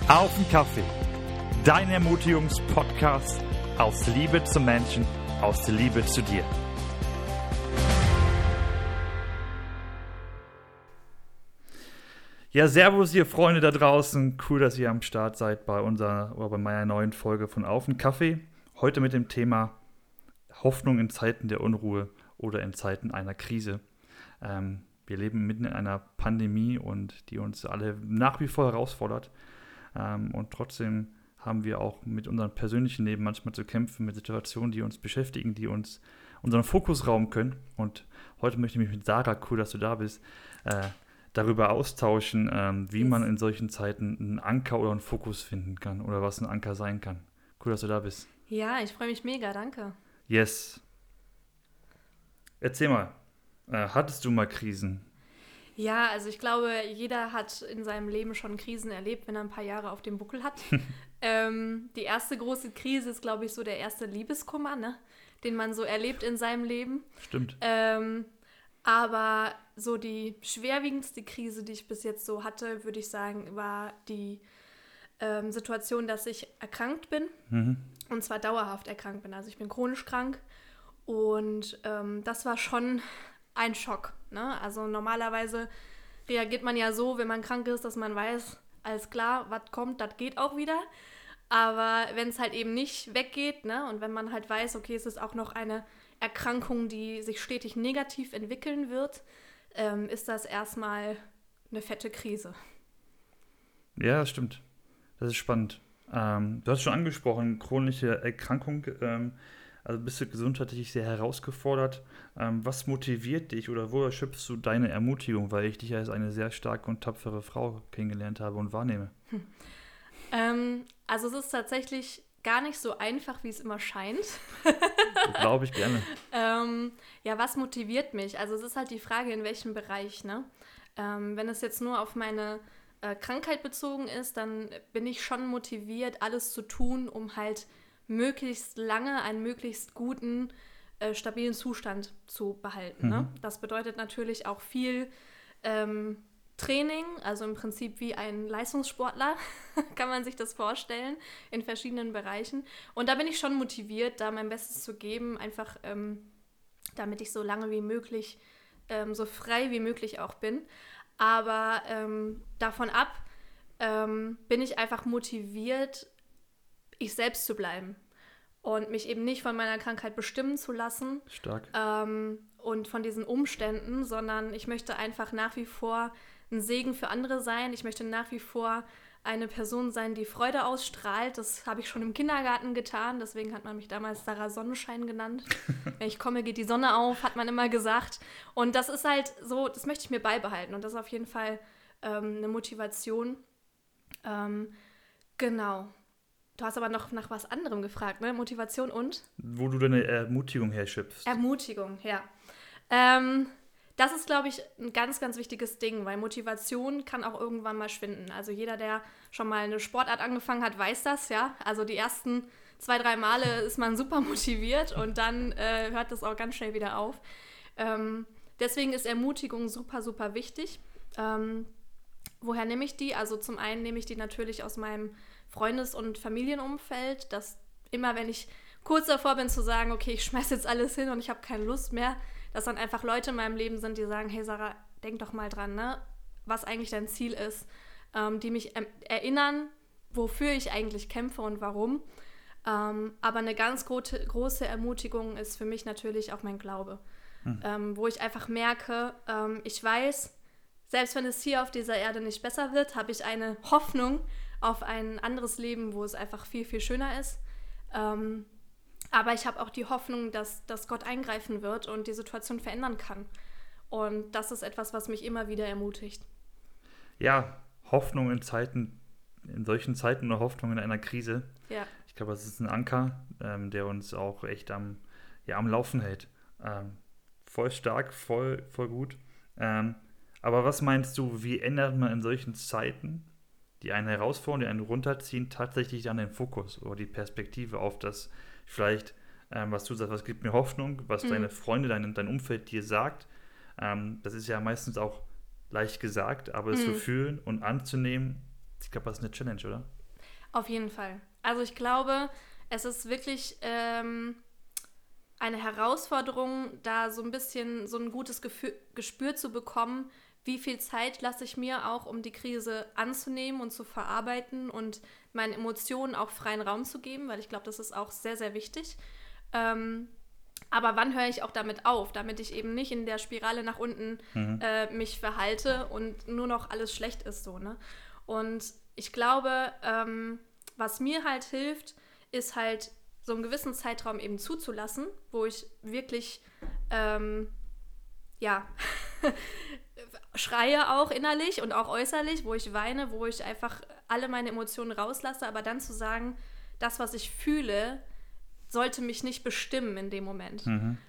Auf den Kaffee, dein Ermutigungspodcast aus Liebe zum Menschen, aus der Liebe zu dir. Ja, servus ihr Freunde da draußen, cool, dass ihr am Start seid bei meiner neuen Folge von Auf den Kaffee. Heute mit dem Thema Hoffnung in Zeiten der Unruhe oder in Zeiten einer Krise. Wir leben mitten in einer Pandemie und die uns alle nach wie vor herausfordert. Und trotzdem haben wir auch mit unserem persönlichen Leben manchmal zu kämpfen, mit Situationen, die uns beschäftigen, die uns unseren Fokus rauben können. Und heute möchte ich mich mit Sarah, cool, dass du da bist, darüber austauschen, wie man in solchen Zeiten einen Anker oder einen Fokus finden kann oder was ein Anker sein kann. Cool, dass du da bist. Ja, ich freue mich mega, danke. Yes. Erzähl mal, hattest du mal Krisen? Ja, also ich glaube, jeder hat in seinem Leben schon Krisen erlebt, wenn er ein paar Jahre auf dem Buckel hat. Die erste große Krise ist, glaube ich, so der erste Liebeskummer, ne? Den man so erlebt in seinem Leben. Stimmt. Aber so die schwerwiegendste Krise, die ich bis jetzt so hatte, würde ich sagen, war die Situation, dass ich erkrankt bin. Und zwar dauerhaft erkrankt bin. Also ich bin chronisch krank. Und das war schon ein Schock, ne? Also normalerweise reagiert man ja so, wenn man krank ist, dass man weiß, alles klar, was kommt, das geht auch wieder. Aber wenn es halt eben nicht weggeht, ne? Und wenn man halt weiß, okay, es ist auch noch eine Erkrankung, die sich stetig negativ entwickeln wird, ist das erstmal eine fette Krise. Ja, das stimmt. Das ist spannend. Du hast schon angesprochen, chronische Erkrankung. Also bist du gesundheitlich sehr herausgefordert. Was motiviert dich oder woher schöpfst du deine Ermutigung? Weil ich dich als eine sehr starke und tapfere Frau kennengelernt habe und wahrnehme. Also es ist tatsächlich gar nicht so einfach, wie es immer scheint. Glaube ich gerne. Ja, was motiviert mich? Also es ist halt die Frage, in welchem Bereich, ne? Wenn es jetzt nur auf meine Krankheit bezogen ist, dann bin ich schon motiviert, alles zu tun, um halt möglichst lange einen möglichst guten, stabilen Zustand zu behalten. Ne? Das bedeutet natürlich auch viel Training, also im Prinzip wie ein Leistungssportler, kann man sich das vorstellen, in verschiedenen Bereichen. Und da bin ich schon motiviert, da mein Bestes zu geben, einfach damit ich so lange wie möglich, so frei wie möglich auch bin. Aber davon ab bin ich einfach motiviert, ich selbst zu bleiben und mich eben nicht von meiner Krankheit bestimmen zu lassen. Stark. Und von diesen Umständen, sondern ich möchte einfach nach wie vor ein Segen für andere sein. Ich möchte nach wie vor eine Person sein, die Freude ausstrahlt. Das habe ich schon im Kindergarten getan, deswegen hat man mich damals Sarah Sonnenschein genannt. Wenn ich komme, geht die Sonne auf, hat man immer gesagt. Und das ist halt so, das möchte ich mir beibehalten und das ist auf jeden Fall eine Motivation. Genau. Du hast aber noch nach was anderem gefragt, ne? Motivation und? Wo du deine Ermutigung herschöpfst. Ermutigung, ja. Das ist, glaube ich, ein ganz, ganz wichtiges Ding, weil Motivation kann auch irgendwann mal schwinden. Also jeder, der schon mal eine Sportart angefangen hat, weiß das, ja. Also die ersten 2-3 Male ist man super motiviert und dann hört das auch ganz schnell wieder auf. Deswegen ist Ermutigung super, super wichtig. Woher nehme ich die? Also zum einen nehme ich die natürlich aus meinem Freundes- und Familienumfeld, dass immer, wenn ich kurz davor bin zu sagen, okay, ich schmeiß jetzt alles hin und ich habe keine Lust mehr, dass dann einfach Leute in meinem Leben sind, die sagen, hey Sarah, denk doch mal dran, ne, was eigentlich dein Ziel ist, die mich erinnern, wofür ich eigentlich kämpfe und warum. Aber eine ganz große Ermutigung ist für mich natürlich auch mein Glaube, wo ich einfach merke, ich weiß, selbst wenn es hier auf dieser Erde nicht besser wird, habe ich eine Hoffnung auf ein anderes Leben, wo es einfach viel, viel schöner ist. Aber ich habe auch die Hoffnung, dass Gott eingreifen wird und die Situation verändern kann. Und das ist etwas, was mich immer wieder ermutigt. Ja, Hoffnung in solchen Zeiten oder Hoffnung in einer Krise. Ja. Ich glaube, das ist ein Anker, der uns auch echt am Laufen hält. Voll stark, voll gut. Aber was meinst du, wie ändert man in solchen Zeiten, die einen herausfordern, die einen runterziehen, tatsächlich dann den Fokus oder die Perspektive auf das vielleicht, was du sagst, was gibt mir Hoffnung, was deine Freunde, dein Umfeld dir sagt. Das ist ja meistens auch leicht gesagt, aber es zu fühlen und anzunehmen, ich glaube, das ist eine Challenge, oder? Auf jeden Fall. Also ich glaube, es ist wirklich eine Herausforderung, da so ein bisschen so ein gutes Gespür zu bekommen, wie viel Zeit lasse ich mir auch, um die Krise anzunehmen und zu verarbeiten und meinen Emotionen auch freien Raum zu geben, weil ich glaube, das ist auch sehr, sehr wichtig. Aber wann höre ich auch damit auf, damit ich eben nicht in der Spirale nach unten mich verhalte und nur noch alles schlecht ist so, ne? Und ich glaube, was mir halt hilft, ist halt so einen gewissen Zeitraum eben zuzulassen, wo ich wirklich, schreie auch innerlich und auch äußerlich, wo ich weine, wo ich einfach alle meine Emotionen rauslasse, aber dann zu sagen, das, was ich fühle, sollte mich nicht bestimmen in dem Moment.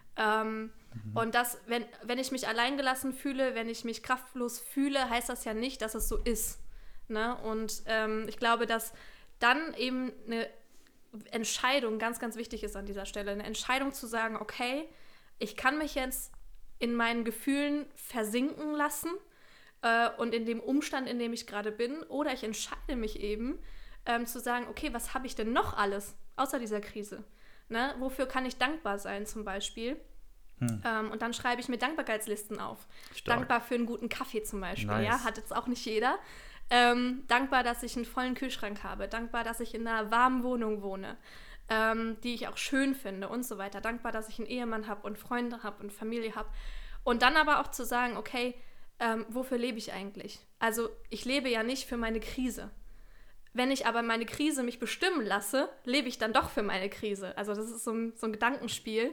Und das, wenn ich mich alleingelassen fühle, wenn ich mich kraftlos fühle, heißt das ja nicht, dass es so ist. Ne? Und ich glaube, dass dann eben eine Entscheidung ganz, ganz wichtig ist an dieser Stelle. Eine Entscheidung zu sagen, okay, ich kann mich jetzt in meinen Gefühlen versinken lassen und in dem Umstand, in dem ich gerade bin, oder ich entscheide mich eben zu sagen, okay, was habe ich denn noch alles außer dieser Krise? Ne? Wofür kann ich dankbar sein zum Beispiel? Und dann schreibe ich mir Dankbarkeitslisten auf. Stark. Dankbar für einen guten Kaffee zum Beispiel, Nice. ja, hat jetzt auch nicht jeder. Dankbar, dass ich einen vollen Kühlschrank habe. Dankbar, dass ich in einer warmen Wohnung wohne, die ich auch schön finde und so weiter. Dankbar, dass ich einen Ehemann habe und Freunde habe und Familie habe. Und dann aber auch zu sagen, okay, wofür lebe ich eigentlich? Also ich lebe ja nicht für meine Krise. Wenn ich aber meine Krise mich bestimmen lasse, lebe ich dann doch für meine Krise. Also das ist so ein Gedankenspiel.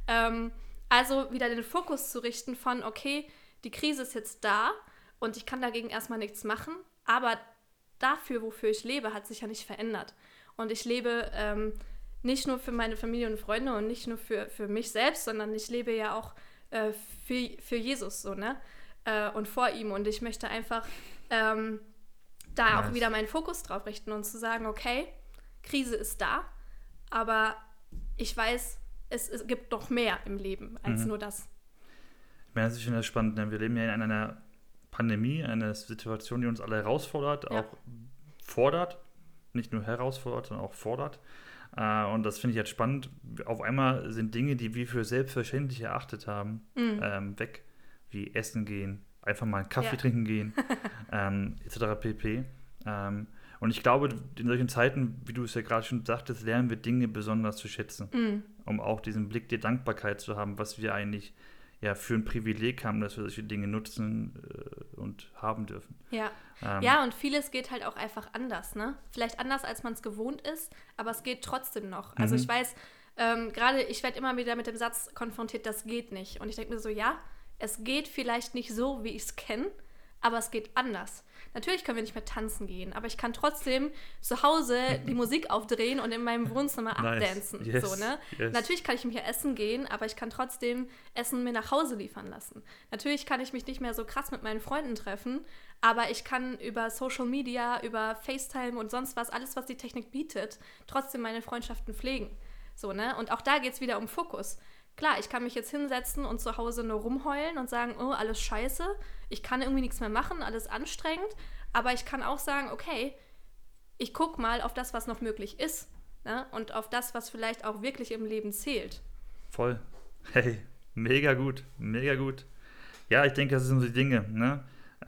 Also wieder den Fokus zu richten von, okay, die Krise ist jetzt da und ich kann dagegen erstmal nichts machen, aber dafür, wofür ich lebe, hat sich ja nicht verändert. Und ich lebe nicht nur für meine Familie und Freunde und nicht nur für mich selbst, sondern ich lebe ja auch für Jesus so, ne? Und vor ihm. Und ich möchte einfach da auch wieder meinen Fokus drauf richten und zu sagen, okay, Krise ist da, aber ich weiß, es gibt noch mehr im Leben als nur das. Ich meine, das ist schon spannend, denn wir leben ja in einer Pandemie, einer Situation, die uns alle herausfordert, auch fordert, nicht nur herausfordert, sondern auch fordert. Und das finde ich jetzt spannend. Auf einmal sind Dinge, die wir für selbstverständlich erachtet haben, weg, wie essen gehen, einfach mal einen Kaffee trinken gehen, etc. pp. Und ich glaube, in solchen Zeiten, wie du es ja gerade schon sagtest, lernen wir Dinge besonders zu schätzen, um auch diesen Blick der Dankbarkeit zu haben, was wir eigentlich für ein Privileg haben, dass wir solche Dinge nutzen und haben dürfen. Ja, und vieles geht halt auch einfach anders, ne? Vielleicht anders, als man es gewohnt ist, aber es geht trotzdem noch. Also ich weiß, gerade ich werde immer wieder mit dem Satz konfrontiert, das geht nicht. Und ich denke mir so, ja, es geht vielleicht nicht so, wie ich es kenne, aber es geht anders. Natürlich können wir nicht mehr tanzen gehen, aber ich kann trotzdem zu Hause die Musik aufdrehen und in meinem Wohnzimmer abdancen. Yes. So, ne? Yes. Natürlich kann ich mir essen gehen, aber ich kann trotzdem Essen mir nach Hause liefern lassen. Natürlich kann ich mich nicht mehr so krass mit meinen Freunden treffen, aber ich kann über Social Media, über FaceTime und sonst was, alles, was die Technik bietet, trotzdem meine Freundschaften pflegen. So, ne? Und auch da geht es wieder um Fokus. Klar, ich kann mich jetzt hinsetzen und zu Hause nur rumheulen und sagen, oh, alles scheiße, ich kann irgendwie nichts mehr machen, alles anstrengend, aber ich kann auch sagen, okay, ich gucke mal auf das, was noch möglich ist, ne? Und auf das, was vielleicht auch wirklich im Leben zählt. Voll. Hey, mega gut, mega gut. Ja, ich denke, das sind so die Dinge, ne?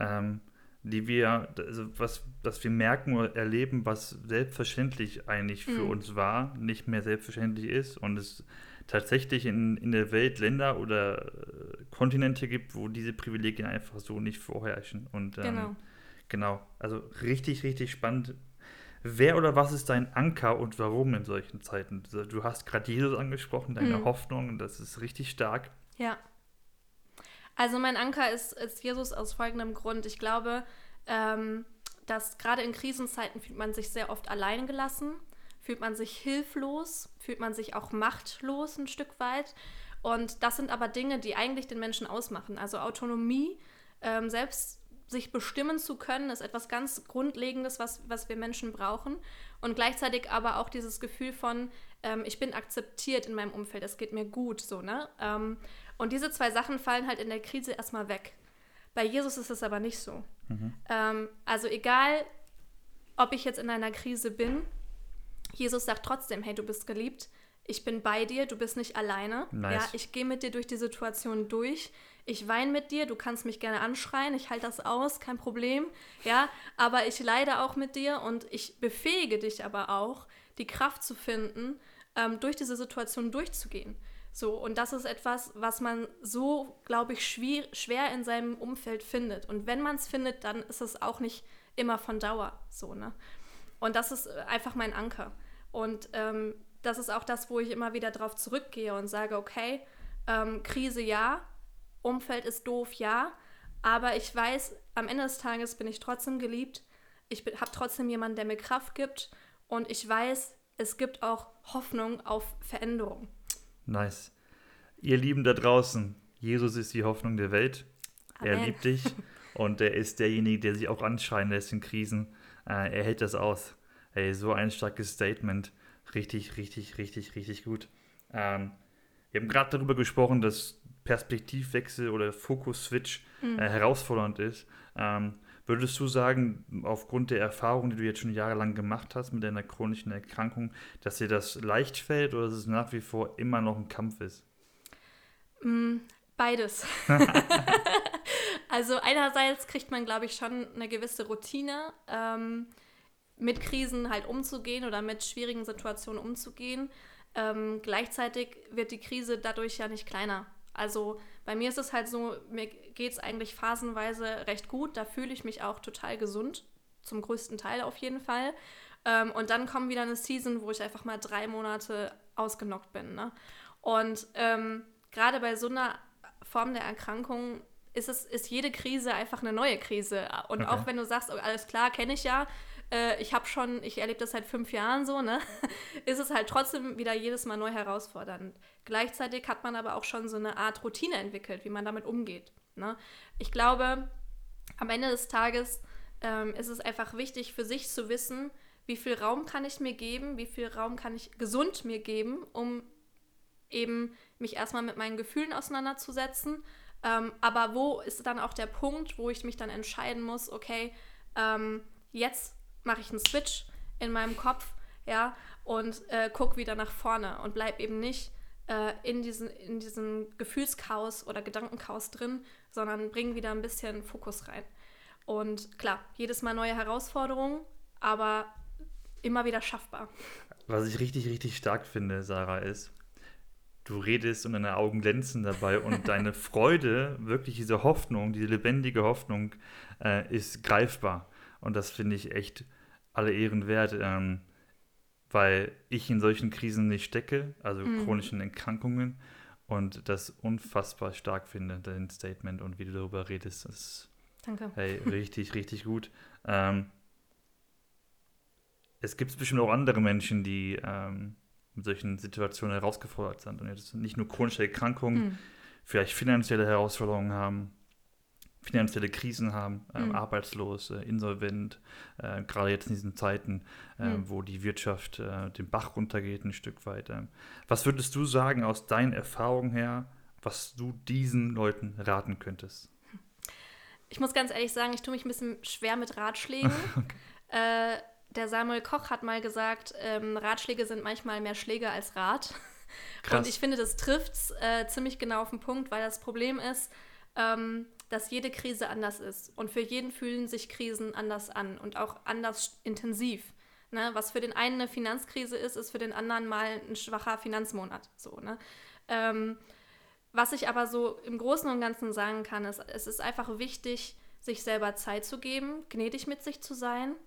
Die wir, also dass wir merken oder erleben, was selbstverständlich eigentlich für uns war, nicht mehr selbstverständlich ist und es tatsächlich in der Welt Länder oder Kontinente gibt, wo diese Privilegien einfach so nicht vorherrschen. Und genau, also richtig, richtig spannend. Wer oder was ist dein Anker und warum in solchen Zeiten? Du hast gerade Jesus angesprochen, deine Hoffnung, das ist richtig stark. Ja. Also mein Anker ist Jesus aus folgendem Grund. Ich glaube, dass gerade in Krisenzeiten fühlt man sich sehr oft allein gelassen, fühlt man sich hilflos, fühlt man sich auch machtlos ein Stück weit. Und das sind aber Dinge, die eigentlich den Menschen ausmachen. Also Autonomie, selbst sich bestimmen zu können, ist etwas ganz Grundlegendes, was wir Menschen brauchen. Und gleichzeitig aber auch dieses Gefühl von, ich bin akzeptiert in meinem Umfeld, es geht mir gut, so, ne? Und diese zwei Sachen fallen halt in der Krise erstmal weg. Bei Jesus ist es aber nicht so. Also egal, ob ich jetzt in einer Krise bin, Jesus sagt trotzdem, hey, du bist geliebt, ich bin bei dir, du bist nicht alleine. Nice. Ja, ich gehe mit dir durch die Situation durch. Ich weine mit dir, du kannst mich gerne anschreien, ich halte das aus, kein Problem. Ja, aber ich leide auch mit dir und ich befähige dich aber auch, die Kraft zu finden, durch diese Situation durchzugehen. So, und das ist etwas, was man so, glaube ich, schwer in seinem Umfeld findet. Und wenn man es findet, dann ist es auch nicht immer von Dauer so, ne? Und das ist einfach mein Anker. Und das ist auch das, wo ich immer wieder drauf zurückgehe und sage, okay, Krise ja, Umfeld ist doof, ja, aber ich weiß, am Ende des Tages bin ich trotzdem geliebt, ich habe trotzdem jemanden, der mir Kraft gibt und ich weiß, es gibt auch Hoffnung auf Veränderung. Nice. Ihr Lieben da draußen, Jesus ist die Hoffnung der Welt. Amen. Er liebt dich und er ist derjenige, der sich auch anschreien lässt in Krisen. Er hält das aus. Ey, so ein starkes Statement. Richtig, richtig, richtig, richtig gut. Wir haben gerade darüber gesprochen, dass Perspektivwechsel oder Fokus-Switch herausfordernd ist. Würdest du sagen, aufgrund der Erfahrung, die du jetzt schon jahrelang gemacht hast mit deiner chronischen Erkrankung, dass dir das leicht fällt oder dass es nach wie vor immer noch ein Kampf ist? Beides. Also einerseits kriegt man, glaube ich, schon eine gewisse Routine, mit Krisen halt umzugehen oder mit schwierigen Situationen umzugehen. Gleichzeitig wird die Krise dadurch ja nicht kleiner. Also bei mir ist es halt so, mir geht es eigentlich phasenweise recht gut. Da fühle ich mich auch total gesund, zum größten Teil auf jeden Fall. Und dann kommt wieder eine Season, wo ich einfach mal 3 Monate ausgenockt bin. Ne? Und gerade bei so einer Form der Erkrankung ist jede Krise einfach eine neue Krise. Und Okay. auch wenn du sagst, oh, alles klar, kenne ich ja, ich erlebe das seit 5 Jahren so, ne? Ist es halt trotzdem wieder jedes Mal neu herausfordernd. Gleichzeitig hat man aber auch schon so eine Art Routine entwickelt, wie man damit umgeht. Ne? Ich glaube, am Ende des Tages ist es einfach wichtig für sich zu wissen, wie viel Raum kann ich mir geben, wie viel Raum kann ich gesund mir geben, um eben mich erstmal mit meinen Gefühlen auseinanderzusetzen. Aber wo ist dann auch der Punkt, wo ich mich dann entscheiden muss, okay, jetzt mache ich einen Switch in meinem Kopf, ja, und gucke wieder nach vorne und bleib eben nicht in diesem Gefühlschaos oder Gedankenchaos drin, sondern bring wieder ein bisschen Fokus rein. Und klar, jedes Mal neue Herausforderungen, aber immer wieder schaffbar. Was ich richtig, richtig stark finde, Sarah, ist, du redest und deine Augen glänzen dabei und deine Freude, wirklich diese Hoffnung, diese lebendige Hoffnung, ist greifbar. Und das finde ich echt alle Ehren wert, weil ich in solchen Krisen nicht stecke, also chronischen Erkrankungen, und das unfassbar stark finde, dein Statement und wie du darüber redest. Das ist, Danke. hey, richtig, richtig gut. Es gibt bestimmt auch andere Menschen, die mit solchen Situationen herausgefordert sind und jetzt nicht nur chronische Erkrankungen, vielleicht finanzielle Herausforderungen haben, finanzielle Krisen haben, arbeitslos, insolvent, gerade jetzt in diesen Zeiten, wo die Wirtschaft den Bach runtergeht ein Stück weit. Was würdest du sagen aus deinen Erfahrungen her, was du diesen Leuten raten könntest? Ich muss ganz ehrlich sagen, ich tue mich ein bisschen schwer mit Ratschlägen. Okay. Der Samuel Koch hat mal gesagt, Ratschläge sind manchmal mehr Schläge als Rat. Krass. Und ich finde, das trifft es ziemlich genau auf den Punkt, weil das Problem ist, dass jede Krise anders ist. Und für jeden fühlen sich Krisen anders an und auch anders intensiv. Ne? Was für den einen eine Finanzkrise ist für den anderen mal ein schwacher Finanzmonat. So, ne? Was ich aber so im Großen und Ganzen sagen kann, ist, es ist einfach wichtig, sich selber Zeit zu geben, gnädig mit sich zu sein.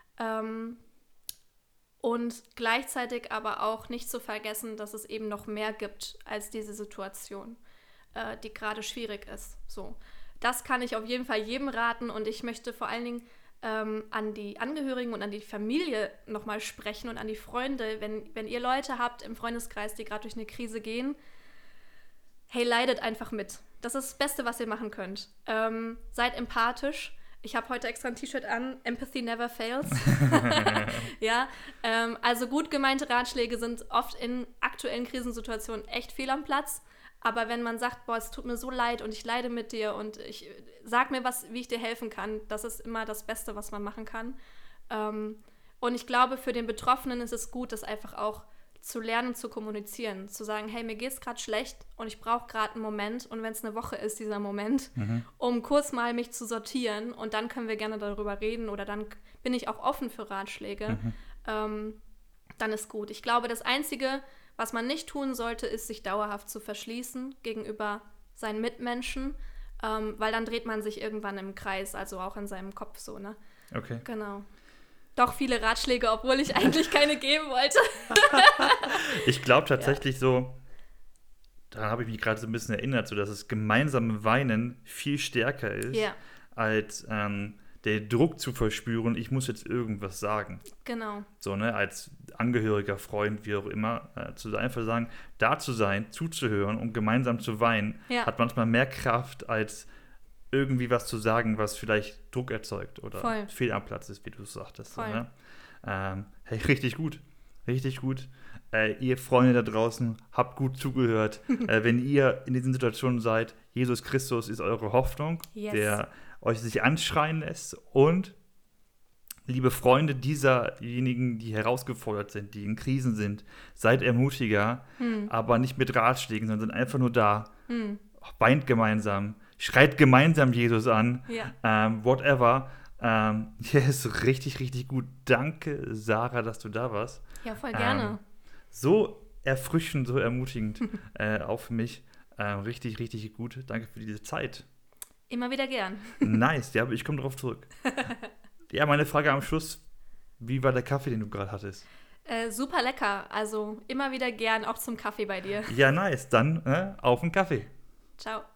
Und gleichzeitig aber auch nicht zu vergessen, dass es eben noch mehr gibt als diese Situation, die gerade schwierig ist. So. Das kann ich auf jeden Fall jedem raten und ich möchte vor allen Dingen an die Angehörigen und an die Familie nochmal sprechen und an die Freunde, wenn ihr Leute habt im Freundeskreis, die gerade durch eine Krise gehen, hey, leidet einfach mit. Das ist das Beste, was ihr machen könnt. Seid empathisch. Ich habe heute extra ein T-Shirt an, Empathy never fails. Ja, also gut gemeinte Ratschläge sind oft in aktuellen Krisensituationen echt fehl am Platz. Aber wenn man sagt, boah, es tut mir so leid und ich leide mit dir und sag mir was, wie ich dir helfen kann, das ist immer das Beste, was man machen kann. Und ich glaube, für den Betroffenen ist es gut, das einfach auch zu lernen, zu kommunizieren, zu sagen, hey, mir geht's gerade schlecht und ich brauche gerade einen Moment und wenn es eine Woche ist, dieser Moment, um kurz mal mich zu sortieren und dann können wir gerne darüber reden oder dann bin ich auch offen für Ratschläge, dann ist gut. Ich glaube, das Einzige, was man nicht tun sollte, ist, sich dauerhaft zu verschließen gegenüber seinen Mitmenschen, weil dann dreht man sich irgendwann im Kreis, also auch in seinem Kopf so, ne? Okay. Genau. Doch viele Ratschläge, obwohl ich eigentlich keine geben wollte. Ich glaube tatsächlich so, daran habe ich mich gerade so ein bisschen erinnert, so dass das gemeinsame Weinen viel stärker ist, als der Druck zu verspüren, ich muss jetzt irgendwas sagen. Genau. So, ne, als Angehöriger, Freund, wie auch immer, einfach sagen, da zu sein, zuzuhören und gemeinsam zu weinen, hat manchmal mehr Kraft, als irgendwie was zu sagen, was vielleicht Druck erzeugt oder fehl am Platz ist, wie du es sagtest. So, ne? Hey, richtig gut. Richtig gut. Ihr Freunde da draußen, habt gut zugehört. Wenn ihr in diesen Situationen seid, Jesus Christus ist eure Hoffnung, der euch sich anschreien lässt. Und liebe Freunde dieserjenigen, die herausgefordert sind, die in Krisen sind, seid ermutiger, aber nicht mit Ratschlägen, sondern sind einfach nur da. Weint gemeinsam. Schreit gemeinsam Jesus an, whatever. Ist richtig, richtig gut. Danke, Sarah, dass du da warst. Ja, voll gerne. So erfrischend, so ermutigend, auch für mich. Richtig, richtig gut. Danke für diese Zeit. Immer wieder gern. Nice, ja, aber ich komme drauf zurück. Ja, meine Frage am Schluss, wie war der Kaffee, den du gerade hattest? Super lecker, also immer wieder gern, auch zum Kaffee bei dir. Ja, nice, dann auf einen Kaffee. Ciao.